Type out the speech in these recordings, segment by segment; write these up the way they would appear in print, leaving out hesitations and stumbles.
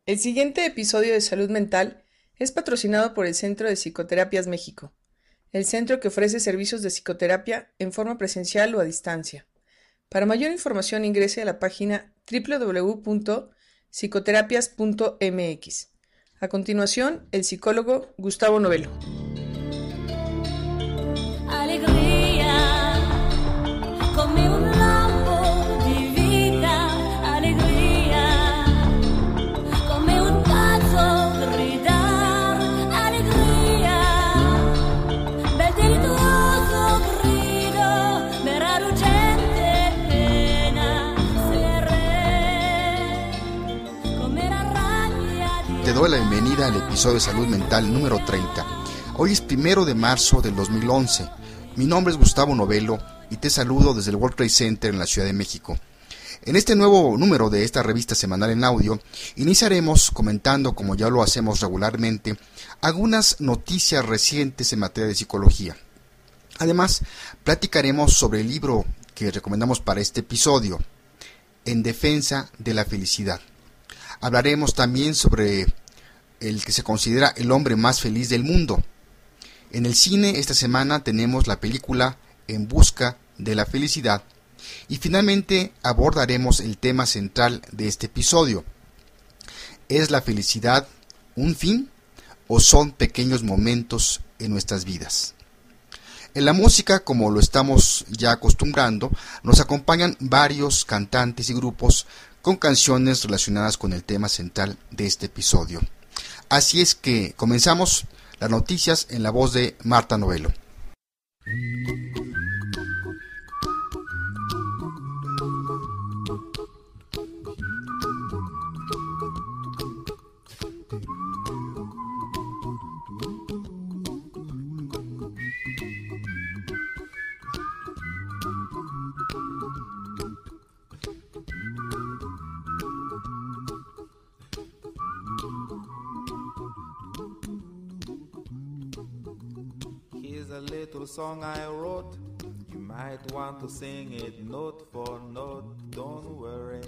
El siguiente episodio de Salud Mental es patrocinado por el Centro de Psicoterapias México, el centro que ofrece servicios de psicoterapia en forma presencial o a distancia. Para mayor información ingrese a la página www.psicoterapias.mx. A continuación, el psicólogo Gustavo Novello. Alegría, come un lampo di vita, alegría, come un pazzo gridar, alegría, bel delittuoso grido, vera ruggente pena, se re, come la rabbia di... Te doy la bienvenida al episodio de Salud Mental número 30. Hoy es 1 de marzo del 2011. Mi nombre es Gustavo Novello y te saludo desde el World Trade Center en la Ciudad de México. En este nuevo número de esta revista semanal en audio, iniciaremos comentando, como ya lo hacemos regularmente, algunas noticias recientes en materia de psicología. Además, platicaremos sobre el libro que recomendamos para este episodio, En defensa de la felicidad. Hablaremos también sobre el que se considera el hombre más feliz del mundo. En el cine esta semana tenemos la película En busca de la felicidad y finalmente abordaremos el tema central de este episodio. ¿Es la felicidad un fin o son pequeños momentos en nuestras vidas? En la música, como lo estamos ya acostumbrando, nos acompañan varios cantantes y grupos con canciones relacionadas con el tema central de este episodio. Así es que comenzamos las noticias en la voz de Marta Novello. Here's a little song I wrote. You might want to sing it note for note. Don't worry.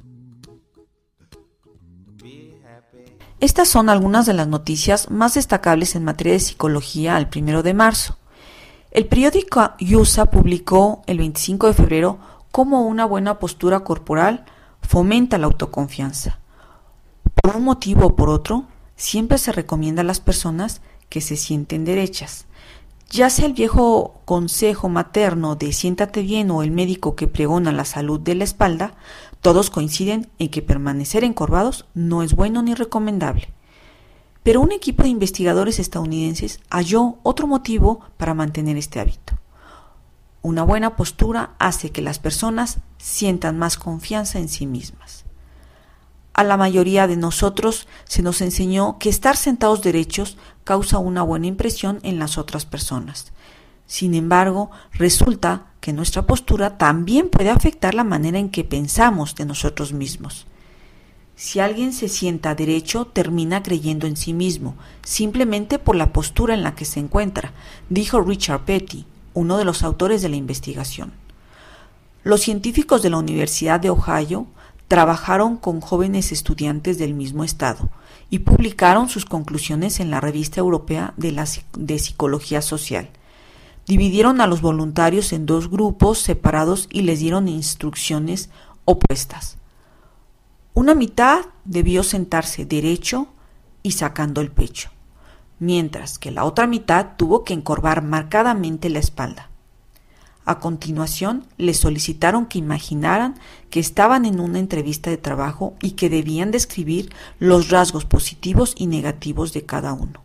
Be happy. Estas son algunas de las noticias más destacables en materia de psicología al 1 de marzo. El periódico USA publicó el 25 de febrero cómo una buena postura corporal fomenta la autoconfianza. Por un motivo o por otro, siempre se recomienda a las personas que se sienten derechas. Ya sea el viejo consejo materno de siéntate bien o el médico que pregona la salud de la espalda, todos coinciden en que permanecer encorvados no es bueno ni recomendable. Pero un equipo de investigadores estadounidenses halló otro motivo para mantener este hábito. Una buena postura hace que las personas sientan más confianza en sí mismas. A la mayoría de nosotros se nos enseñó que estar sentados derechos causa una buena impresión en las otras personas. Sin embargo, resulta que nuestra postura también puede afectar la manera en que pensamos de nosotros mismos. Si alguien se sienta derecho, termina creyendo en sí mismo, simplemente por la postura en la que se encuentra, dijo Richard Petty, uno de los autores de la investigación. Los científicos de la Universidad de Ohio trabajaron con jóvenes estudiantes del mismo estado y publicaron sus conclusiones en la Revista Europea de Psicología Social. Dividieron a los voluntarios en dos grupos separados y les dieron instrucciones opuestas. Una mitad debió sentarse derecho y sacando el pecho, mientras que la otra mitad tuvo que encorvar marcadamente la espalda. A continuación, les solicitaron que imaginaran que estaban en una entrevista de trabajo y que debían describir los rasgos positivos y negativos de cada uno.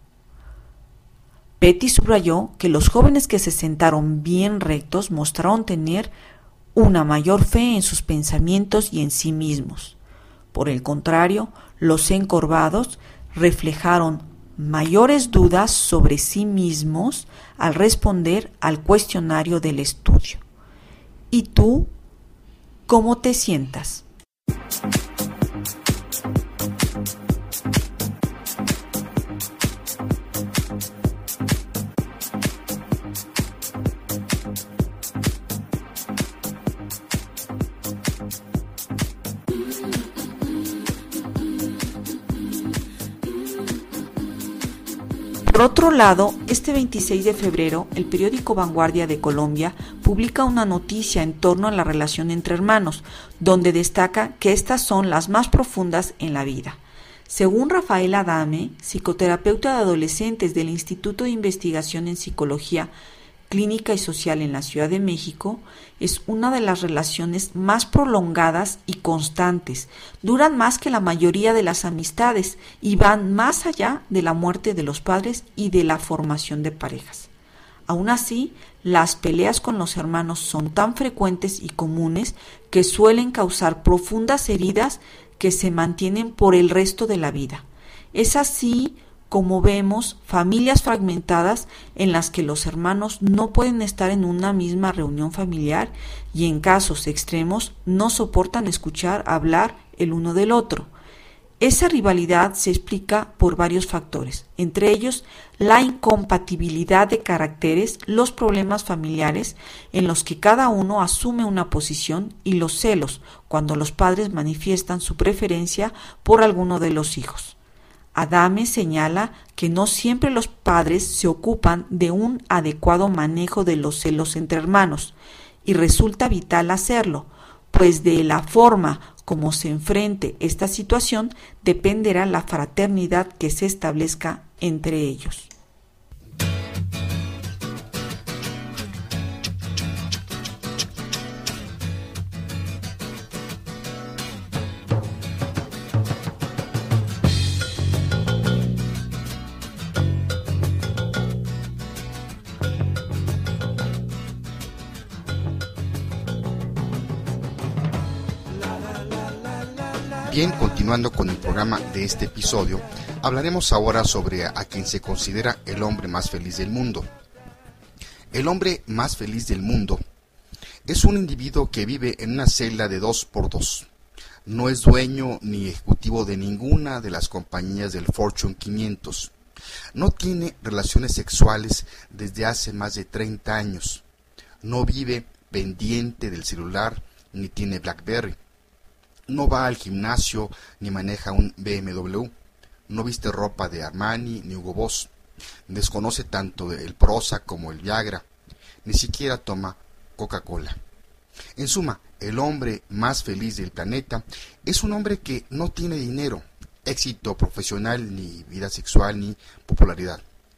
Petty subrayó que los jóvenes que se sentaron bien rectos mostraron tener una mayor fe en sus pensamientos y en sí mismos. Por el contrario, los encorvados reflejaron mayores dudas sobre sí mismos al responder al cuestionario del estudio. ¿Y tú cómo te sientas? Por otro lado, este 26 de febrero, el periódico Vanguardia de Colombia publica una noticia en torno a la relación entre hermanos, donde destaca que estas son las más profundas en la vida. Según Rafael Adame, psicoterapeuta de adolescentes del Instituto de Investigación en Psicología Clínica y Social en la Ciudad de México, es una de las relaciones más prolongadas y constantes, duran más que la mayoría de las amistades y van más allá de la muerte de los padres y de la formación de parejas. Aún así, las peleas con los hermanos son tan frecuentes y comunes que suelen causar profundas heridas que se mantienen por el resto de la vida. Es así como vemos familias fragmentadas en las que los hermanos no pueden estar en una misma reunión familiar y en casos extremos no soportan escuchar hablar el uno del otro. Esa rivalidad se explica por varios factores, entre ellos la incompatibilidad de caracteres, los problemas familiares en los que cada uno asume una posición y los celos cuando los padres manifiestan su preferencia por alguno de los hijos. Adame señala que no siempre los padres se ocupan de un adecuado manejo de los celos entre hermanos y resulta vital hacerlo, pues de la forma como se enfrente esta situación dependerá la fraternidad que se establezca entre ellos. Bien, continuando con el programa de este episodio, hablaremos ahora sobre a quien se considera el hombre más feliz del mundo. El hombre más feliz del mundo es un individuo que vive en una celda de 2x2. No es dueño ni ejecutivo de ninguna de las compañías del Fortune 500. No tiene relaciones sexuales desde hace más de 30 años. No vive pendiente del celular ni tiene BlackBerry. No va al gimnasio ni maneja un BMW. No viste ropa de Armani ni Hugo Boss. Desconoce tanto el Prozac como el Viagra. Ni siquiera toma Coca-Cola. En suma, el hombre más feliz del planeta es un hombre que no tiene dinero, éxito profesional, ni vida sexual, ni popularidad.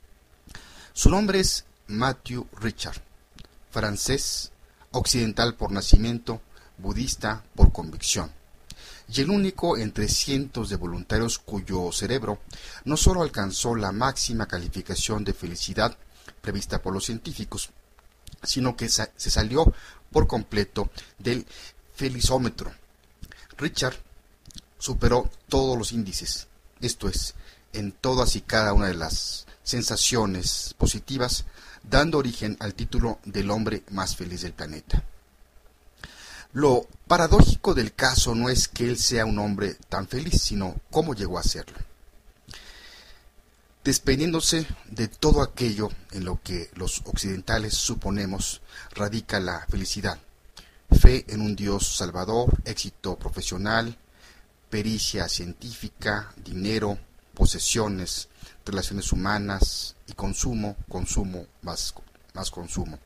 Su nombre es Matthew Ricard, francés, occidental por nacimiento, budista por convicción, y el único entre cientos de voluntarios cuyo cerebro no solo alcanzó la máxima calificación de felicidad prevista por los científicos, sino que se salió por completo del felizómetro. Ricard superó todos los índices, esto es, en todas y cada una de las sensaciones positivas, dando origen al título del hombre más feliz del planeta. Lo paradójico del caso no es que él sea un hombre tan feliz, sino cómo llegó a serlo. Desprendiéndose de todo aquello en lo que los occidentales suponemos radica la felicidad: fe en un Dios salvador, éxito profesional, pericia científica, dinero, posesiones, relaciones humanas y consumo, más consumo.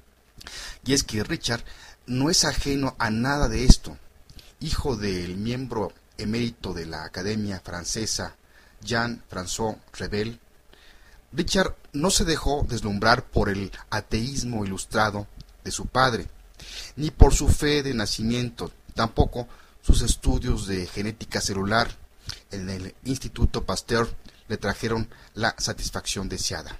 Y es que Ricard no es ajeno a nada de esto. Hijo del miembro emérito de la Academia Francesa, Jean-François Revel, Ricard no se dejó deslumbrar por el ateísmo ilustrado de su padre, ni por su fe de nacimiento, tampoco sus estudios de genética celular en el Instituto Pasteur le trajeron la satisfacción deseada.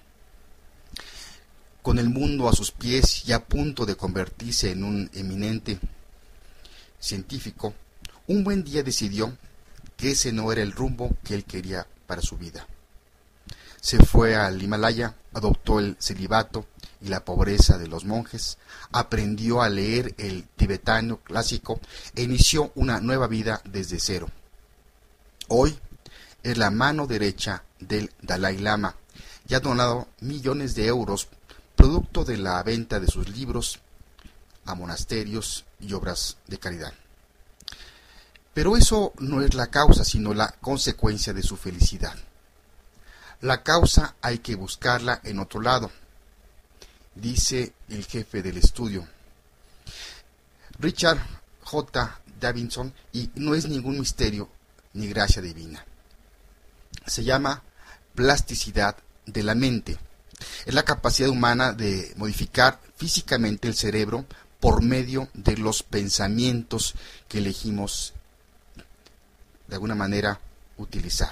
Con el mundo a sus pies y a punto de convertirse en un eminente científico, un buen día decidió que ese no era el rumbo que él quería para su vida. Se fue al Himalaya, adoptó el celibato y la pobreza de los monjes, aprendió a leer el tibetano clásico e inició una nueva vida desde cero. Hoy es la mano derecha del Dalai Lama y ha donado millones de euros producto de la venta de sus libros a monasterios y obras de caridad. Pero eso no es la causa, sino la consecuencia de su felicidad. La causa hay que buscarla en otro lado, dice el jefe del estudio, Richard J. Davidson, y no es ningún misterio ni gracia divina. Se llama plasticidad de la mente. Es la capacidad humana de modificar físicamente el cerebro por medio de los pensamientos que elegimos de alguna manera utilizar.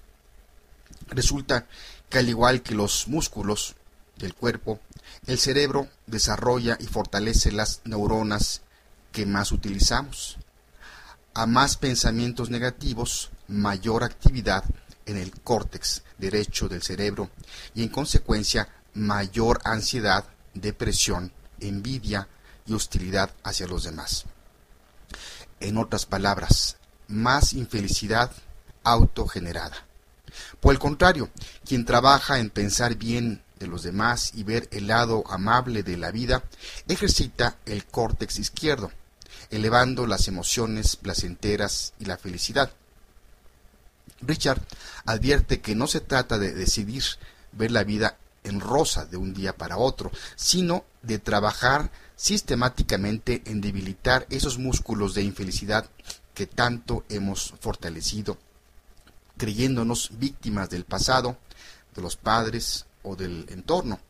Resulta que al igual que los músculos del cuerpo, el cerebro desarrolla y fortalece las neuronas que más utilizamos. A más pensamientos negativos, mayor actividad en el córtex derecho del cerebro y en consecuencia mayor ansiedad, depresión, envidia y hostilidad hacia los demás. En otras palabras, más infelicidad autogenerada. Por el contrario, quien trabaja en pensar bien de los demás y ver el lado amable de la vida, ejercita el córtex izquierdo, elevando las emociones placenteras y la felicidad. Richard advierte que no se trata de decidir ver la vida en rosa de un día para otro, sino de trabajar sistemáticamente en debilitar esos músculos de infelicidad que tanto hemos fortalecido, creyéndonos víctimas del pasado, de los padres o del entorno.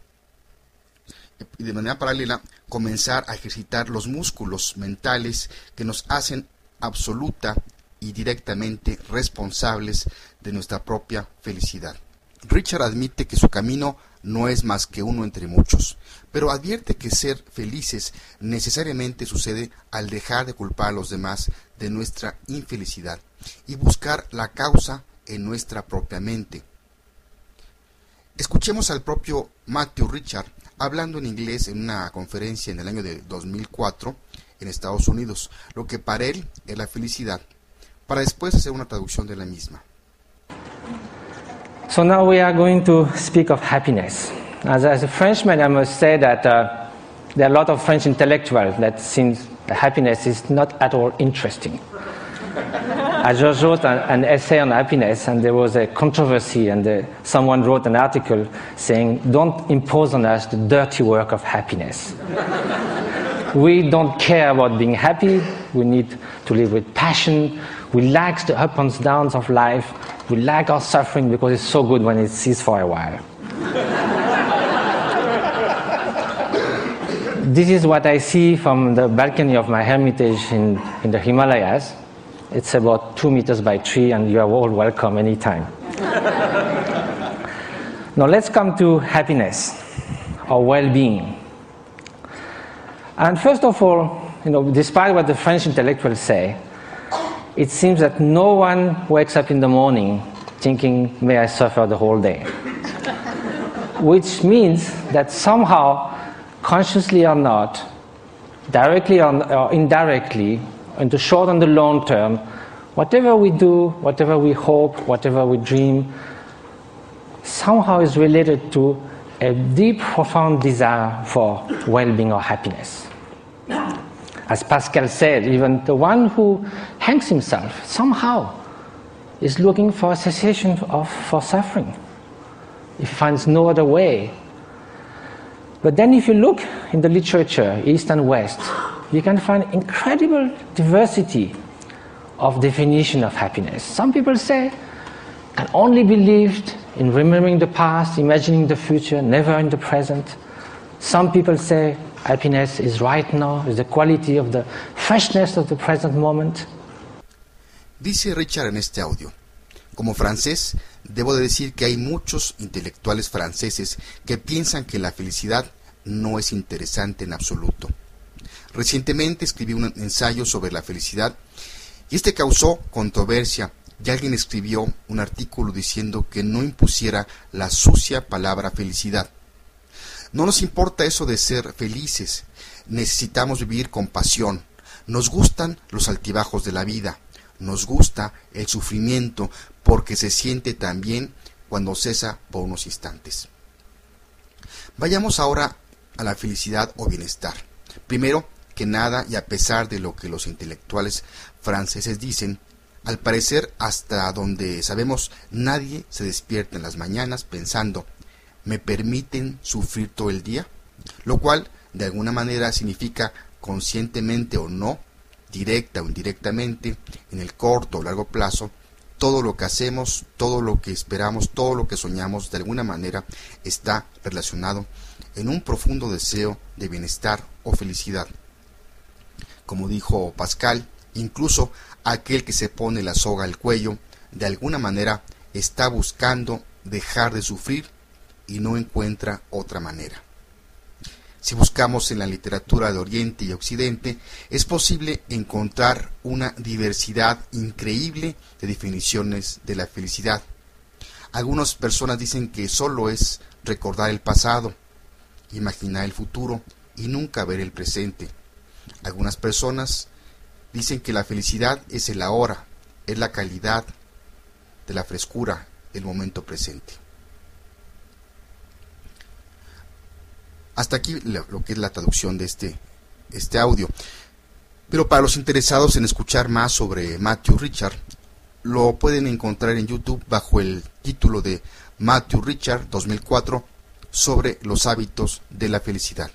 Y de manera paralela, comenzar a ejercitar los músculos mentales que nos hacen absoluta y directamente responsables de nuestra propia felicidad. Richard admite que su camino no es más que uno entre muchos, pero advierte que ser felices necesariamente sucede al dejar de culpar a los demás de nuestra infelicidad y buscar la causa en nuestra propia mente. Escuchemos al propio Matthew Richard hablando en inglés en una conferencia en el año de 2004 en Estados Unidos, lo que para él es la felicidad, para después hacer una traducción de la misma. So now we are going to speak of happiness. As a Frenchman, I must say that there are a lot of French intellectuals that think that happiness is not at all interesting. I just wrote an essay on happiness, and there was a controversy, and someone wrote an article saying, "Don't impose on us the dirty work of happiness." We don't care about being happy. We need to live with passion. We like the ups and downs of life. We like our suffering because it's so good when it ceases for a while. This is what I see from the balcony of my hermitage in the Himalayas. It's about 2 meters by 3, and you are all welcome anytime. Now let's come to happiness, or well-being. And first of all, despite what the French intellectuals say, it seems that no one wakes up in the morning thinking, may I suffer the whole day. Which means that somehow, consciously or not, directly or indirectly, in the short and the long term, whatever we do, whatever we hope, whatever we dream, somehow is related to a deep, profound desire for well-being or happiness. As Pascal said, even the one who hangs himself somehow is looking for a cessation for suffering. He finds no other way. But then if you look in the literature, East and West, you can find incredible diversity of definition of happiness. Some people say can only be lived in remembering the past, imagining the future, never in the present. Some people say happiness is right now, is the quality of the freshness of the present moment. Dice Richard en este audio: como francés, debo de decir que hay muchos intelectuales franceses que piensan que la felicidad no es interesante en absoluto. Recientemente escribí un ensayo sobre la felicidad y este causó controversia, y alguien escribió un artículo diciendo que no impusiera la sucia palabra felicidad. No nos importa eso de ser felices, necesitamos vivir con pasión. Nos gustan los altibajos de la vida, nos gusta el sufrimiento porque se siente tan bien cuando cesa por unos instantes. Vayamos ahora a la felicidad o bienestar. Primero que nada, y a pesar de lo que los intelectuales franceses dicen, Al parecer, hasta donde sabemos, nadie se despierta en las mañanas pensando, ¿me permiten sufrir todo el día? Lo cual, de alguna manera, significa conscientemente o no, directa o indirectamente, en el corto o largo plazo, todo lo que hacemos, todo lo que esperamos, todo lo que soñamos, de alguna manera está relacionado en un profundo deseo de bienestar o felicidad. Como dijo Pascal, incluso aquel que se pone la soga al cuello, de alguna manera está buscando dejar de sufrir y no encuentra otra manera. Si buscamos en la literatura de Oriente y Occidente, es posible encontrar una diversidad increíble de definiciones de la felicidad. Algunas personas dicen que solo es recordar el pasado, imaginar el futuro y nunca ver el presente. Algunas personas dicen que la felicidad es el ahora, es la calidad de la frescura, el momento presente. Hasta aquí lo que es la traducción de este audio. Pero para los interesados en escuchar más sobre Matthew Richard, lo pueden encontrar en YouTube bajo el título de Matthew Richard 2004 sobre los hábitos de la felicidad.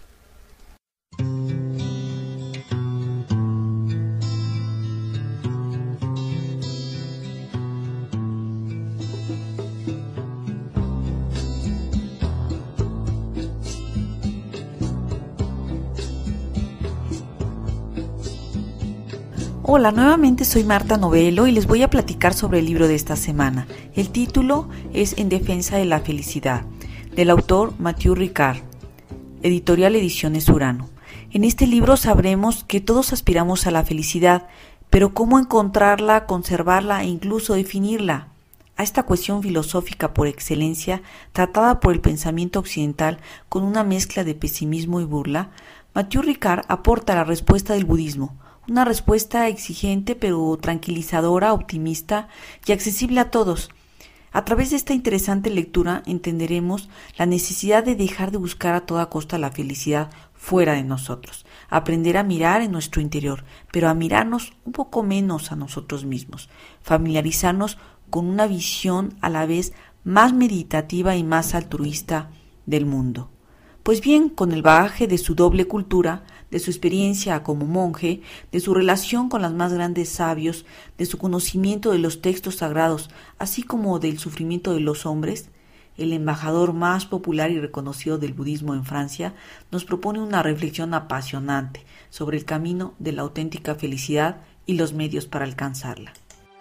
Hola, nuevamente soy Marta Novelo y les voy a platicar sobre el libro de esta semana. El título es En defensa de la felicidad, del autor Matthew Ricard, editorial Ediciones Urano. En este libro sabremos que todos aspiramos a la felicidad, pero cómo encontrarla, conservarla e incluso definirla. A esta cuestión filosófica por excelencia, tratada por el pensamiento occidental con una mezcla de pesimismo y burla, Matthew Ricard aporta la respuesta del budismo, una respuesta exigente pero tranquilizadora, optimista y accesible a todos. A través de esta interesante lectura entenderemos la necesidad de dejar de buscar a toda costa la felicidad fuera de nosotros, aprender a mirar en nuestro interior, pero a mirarnos un poco menos a nosotros mismos, familiarizarnos con una visión a la vez más meditativa y más altruista del mundo. Pues bien, con el bagaje de su doble cultura, de su experiencia como monje, de su relación con los más grandes sabios, de su conocimiento de los textos sagrados, así como del sufrimiento de los hombres, el embajador más popular y reconocido del budismo en Francia, nos propone una reflexión apasionante sobre el camino de la auténtica felicidad y los medios para alcanzarla.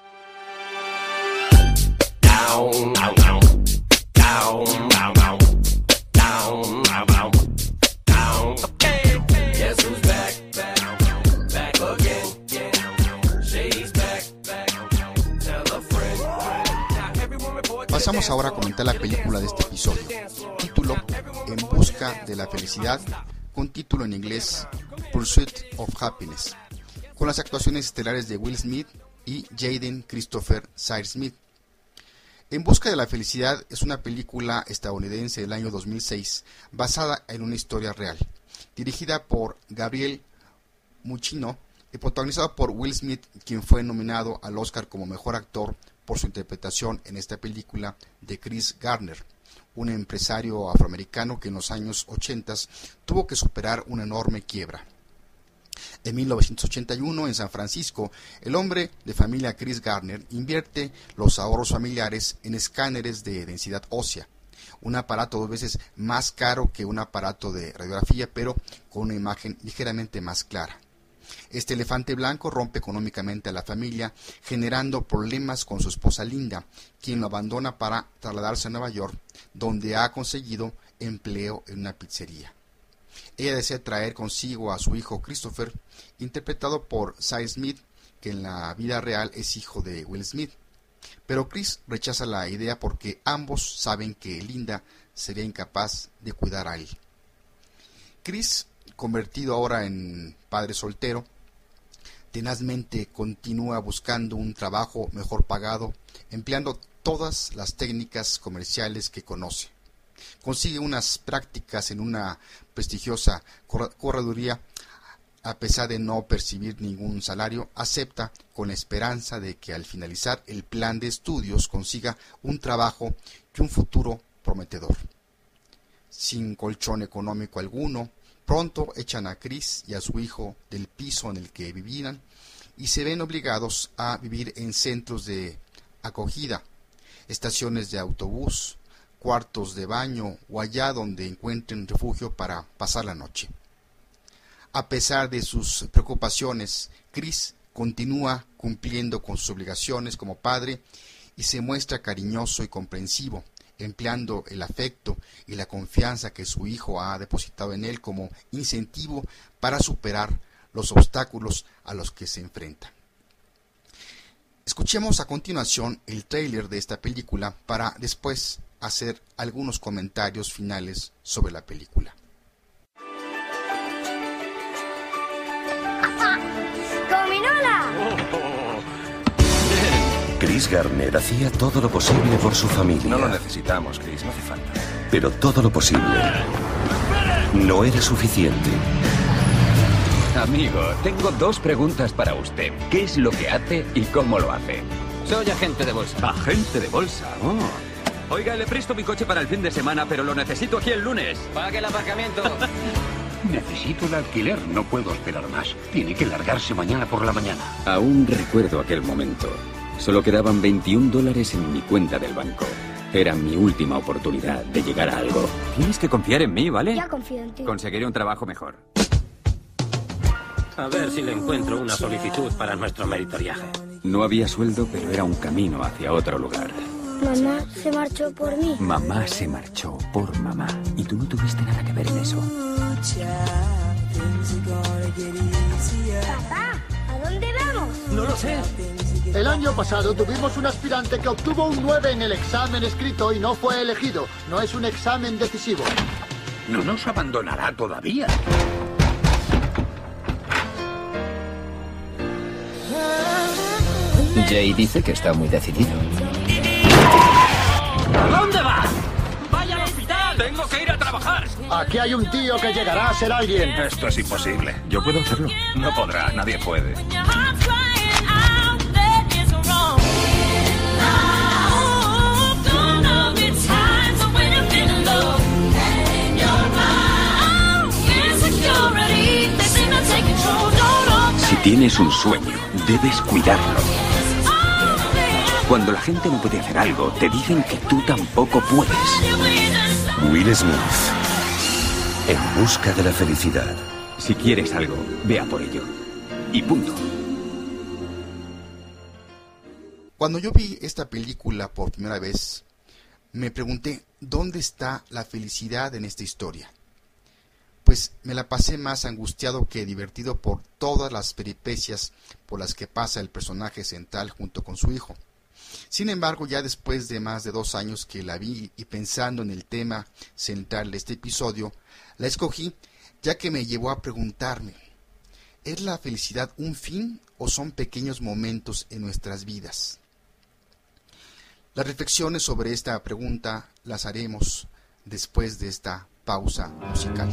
Pasamos ahora a comentar la película de este episodio, título En busca de la felicidad, con título en inglés Pursuit of Happiness, con las actuaciones estelares de Will Smith y Jaden Christopher Smith. En busca de la felicidad es una película estadounidense del año 2006 basada en una historia real, dirigida por Gabriel Muccino y protagonizada por Will Smith, quien fue nominado al Oscar como mejor actor por su interpretación en esta película de Chris Gardner, un empresario afroamericano que en los años 80 tuvo que superar una enorme quiebra. En 1981, en San Francisco, el hombre de familia Chris Gardner invierte los ahorros familiares en escáneres de densidad ósea, un aparato 2 veces más caro que un aparato de radiografía, pero con una imagen ligeramente más clara. Este elefante blanco rompe económicamente a la familia, generando problemas con su esposa Linda, quien lo abandona para trasladarse a Nueva York, donde ha conseguido empleo en una pizzería. Ella desea traer consigo a su hijo Christopher, interpretado por Cy Smith, que en la vida real es hijo de Will Smith. Pero Chris rechaza la idea porque ambos saben que Linda sería incapaz de cuidar a él. Chris, convertido ahora en padre soltero, tenazmente continúa buscando un trabajo mejor pagado, empleando todas las técnicas comerciales que conoce. Consigue unas prácticas en una prestigiosa correduría a pesar de no percibir ningún salario, acepta con la esperanza de que al finalizar el plan de estudios consiga un trabajo y un futuro prometedor. Sin colchón económico alguno, pronto echan a Chris y a su hijo del piso en el que vivían y se ven obligados a vivir en centros de acogida, estaciones de autobús, cuartos de baño o allá donde encuentren refugio para pasar la noche. A pesar de sus preocupaciones, Chris continúa cumpliendo con sus obligaciones como padre y se muestra cariñoso y comprensivo, empleando el afecto y la confianza que su hijo ha depositado en él como incentivo para superar los obstáculos a los que se enfrenta. Escuchemos a continuación el tráiler de esta película para después hacer algunos comentarios finales sobre la película. ¡Gominola! Chris Garner hacía todo lo posible por su familia. No lo necesitamos, Chris, no hace falta. Pero todo lo posible no era suficiente. Amigo, tengo 2 preguntas para usted. ¿Qué es lo que hace y cómo lo hace? Soy agente de bolsa. Agente de bolsa. Oh. Oiga, le presto mi coche para el fin de semana, pero lo necesito aquí el lunes. Pague el aparcamiento. Necesito el alquiler, no puedo esperar más. Tiene que largarse mañana por la mañana. Aún recuerdo aquel momento. Solo quedaban $21 en mi cuenta del banco. Era mi última oportunidad de llegar a algo. Tienes que confiar en mí, ¿vale? Ya confío en ti. Conseguiré un trabajo mejor. A ver si le encuentro una solicitud para nuestro meritoriaje. No había sueldo, pero era un camino hacia otro lugar. Mamá se marchó por mí. Mamá se marchó por mamá. Y tú no tuviste nada que ver en eso. Papá, ¿a dónde vamos? No lo sé. El año pasado tuvimos un aspirante que obtuvo un 9 en el examen escrito y no fue elegido. No es un examen decisivo. No nos abandonará todavía. Jay dice que está muy decidido. ¿A dónde vas? ¡Vaya al hospital! ¡Tengo que ir a trabajar! Aquí hay un tío que llegará a ser alguien. Esto es imposible. Yo puedo hacerlo. No podrá, nadie puede. Si tienes un sueño, debes cuidarlo. Cuando la gente no puede hacer algo, te dicen que tú tampoco puedes. Will Smith, en busca de la felicidad. Si quieres algo, ve a por ello. Y punto. Cuando yo vi esta película por primera vez, me pregunté, ¿dónde está la felicidad en esta historia? Pues me la pasé más angustiado que divertido por todas las peripecias por las que pasa el personaje central junto con su hijo. Sin embargo, ya después de más de 2 años que la vi y pensando en el tema central de este episodio, la escogí ya que me llevó a preguntarme, ¿es la felicidad un fin o son pequeños momentos en nuestras vidas? Las reflexiones sobre esta pregunta las haremos después de esta pausa musical.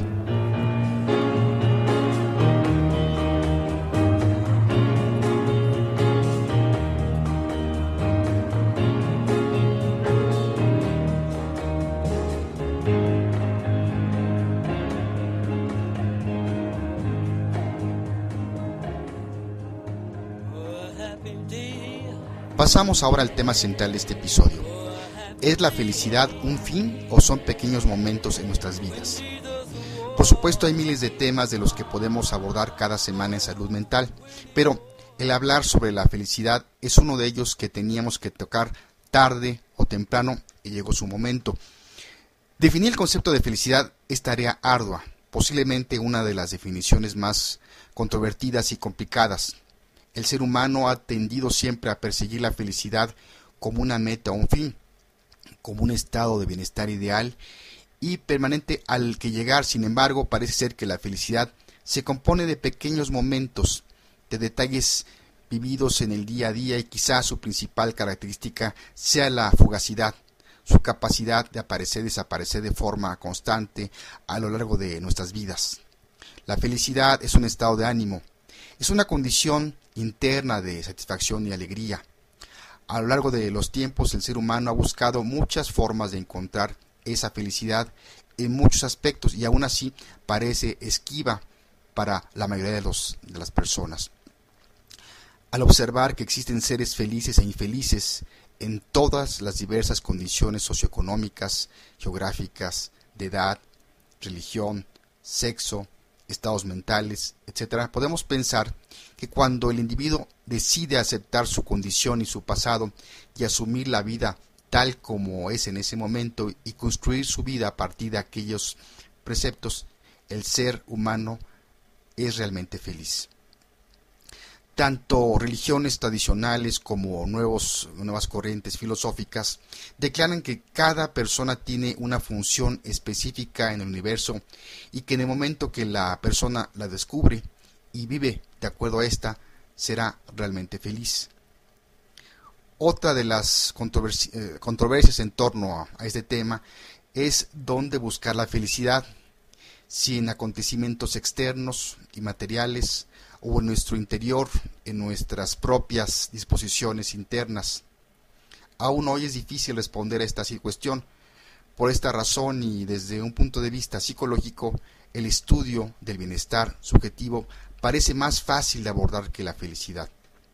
Pasamos ahora al tema central de este episodio. ¿Es la felicidad un fin o son pequeños momentos en nuestras vidas? Por supuesto hay miles de temas de los que podemos abordar cada semana en salud mental, pero el hablar sobre la felicidad es uno de ellos que teníamos que tocar tarde o temprano y llegó su momento. Definir el concepto de felicidad es tarea ardua, posiblemente una de las definiciones más controvertidas y complicadas. El ser humano ha tendido siempre a perseguir la felicidad como una meta o un fin, como un estado de bienestar ideal y permanente al que llegar. Sin embargo, parece ser que la felicidad se compone de pequeños momentos, de detalles vividos en el día a día y quizás su principal característica sea la fugacidad, su capacidad de aparecer y desaparecer de forma constante a lo largo de nuestras vidas. La felicidad es un estado de ánimo, es una condición interna de satisfacción y alegría. A lo largo de los tiempos, el ser humano ha buscado muchas formas de encontrar esa felicidad en muchos aspectos y aún así parece esquiva para la mayoría de las personas. Al observar que existen seres felices e infelices en todas las diversas condiciones socioeconómicas, geográficas, de edad, religión, sexo, estados mentales, etc., podemos pensar que cuando el individuo decide aceptar su condición y su pasado y asumir la vida tal como es en ese momento y construir su vida a partir de aquellos preceptos, el ser humano es realmente feliz. Tanto religiones tradicionales como nuevas corrientes filosóficas declaran que cada persona tiene una función específica en el universo y que en el momento que la persona la descubre y vive de acuerdo a esta, será realmente feliz. Otra de las controversias en torno a este tema es dónde buscar la felicidad, si en acontecimientos externos y materiales o en nuestro interior, en nuestras propias disposiciones internas. Aún hoy es difícil responder a esta cuestión. Por esta razón y desde un punto de vista psicológico, el estudio del bienestar subjetivo parece más fácil de abordar que la felicidad.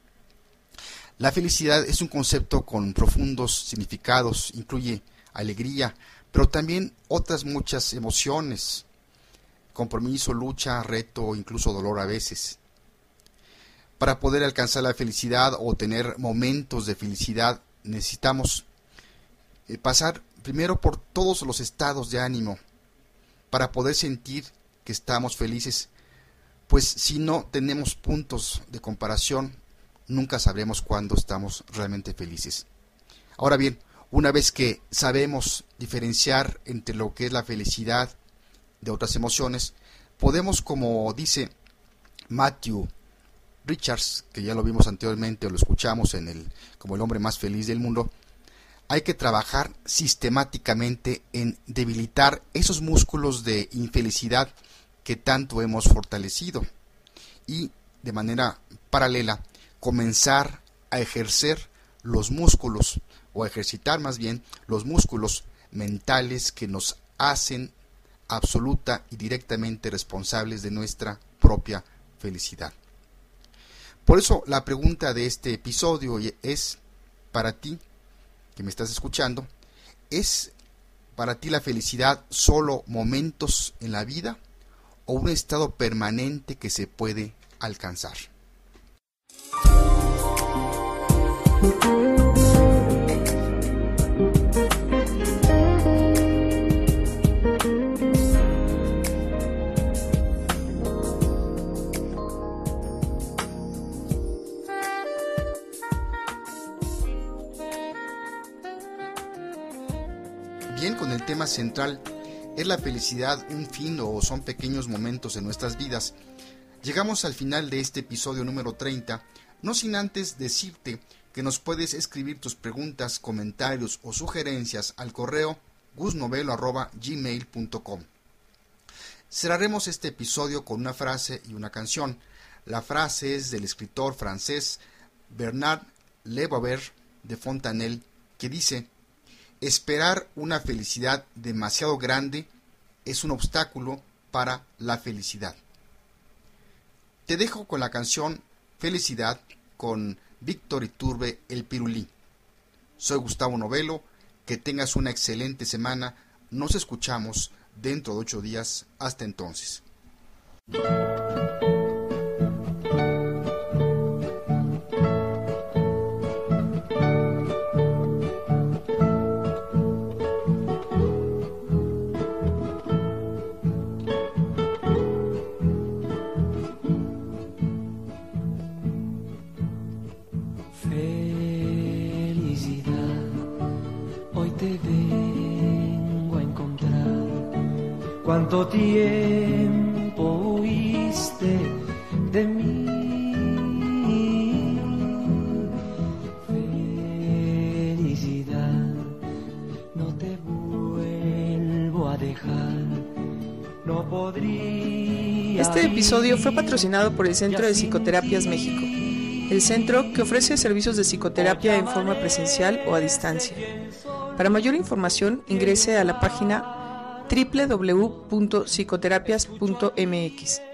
La felicidad es un concepto con profundos significados, incluye alegría, pero también otras muchas emociones, compromiso, lucha, reto, incluso dolor a veces. Para poder alcanzar la felicidad o tener momentos de felicidad, necesitamos pasar primero por todos los estados de ánimo para poder sentir que estamos felices, pues si no tenemos puntos de comparación, nunca sabremos cuándo estamos realmente felices. Ahora bien, una vez que sabemos diferenciar entre lo que es la felicidad de otras emociones, podemos, como dice Matthew Richards, que ya lo vimos anteriormente o lo escuchamos como el hombre más feliz del mundo, hay que trabajar sistemáticamente en debilitar esos músculos de infelicidad que tanto hemos fortalecido y de manera paralela comenzar a ejercer los músculos o a ejercitar más bien los músculos mentales que nos hacen absoluta y directamente responsables de nuestra propia felicidad. Por eso la pregunta de este episodio es para ti, que me estás escuchando, ¿es para ti la felicidad solo momentos en la vida o un estado permanente que se puede alcanzar? Bien, con el tema central, ¿es la felicidad un fin o son pequeños momentos en nuestras vidas? Llegamos al final de este episodio número 30, no sin antes decirte que nos puedes escribir tus preguntas, comentarios o sugerencias al correo gusnovelo@gmail.com. Cerraremos este episodio con una frase y una canción. La frase es del escritor francés Bernard Leboeuf de Fontanelle, que dice: esperar una felicidad demasiado grande es un obstáculo para la felicidad. Te dejo con la canción Felicidad con Víctor Iturbe El Pirulí. Soy Gustavo Novelo, que tengas una excelente semana. Nos escuchamos dentro de 8 días. Hasta entonces. ¿Cuánto tiempo huiste de mí? Felicidad, no te vuelvo a dejar. no podría. Este episodio fue patrocinado por el Centro de Psicoterapias México, el centro que ofrece servicios de psicoterapia en forma presencial o a distancia. Para mayor información, ingrese a la página www.psicoterapias.mx.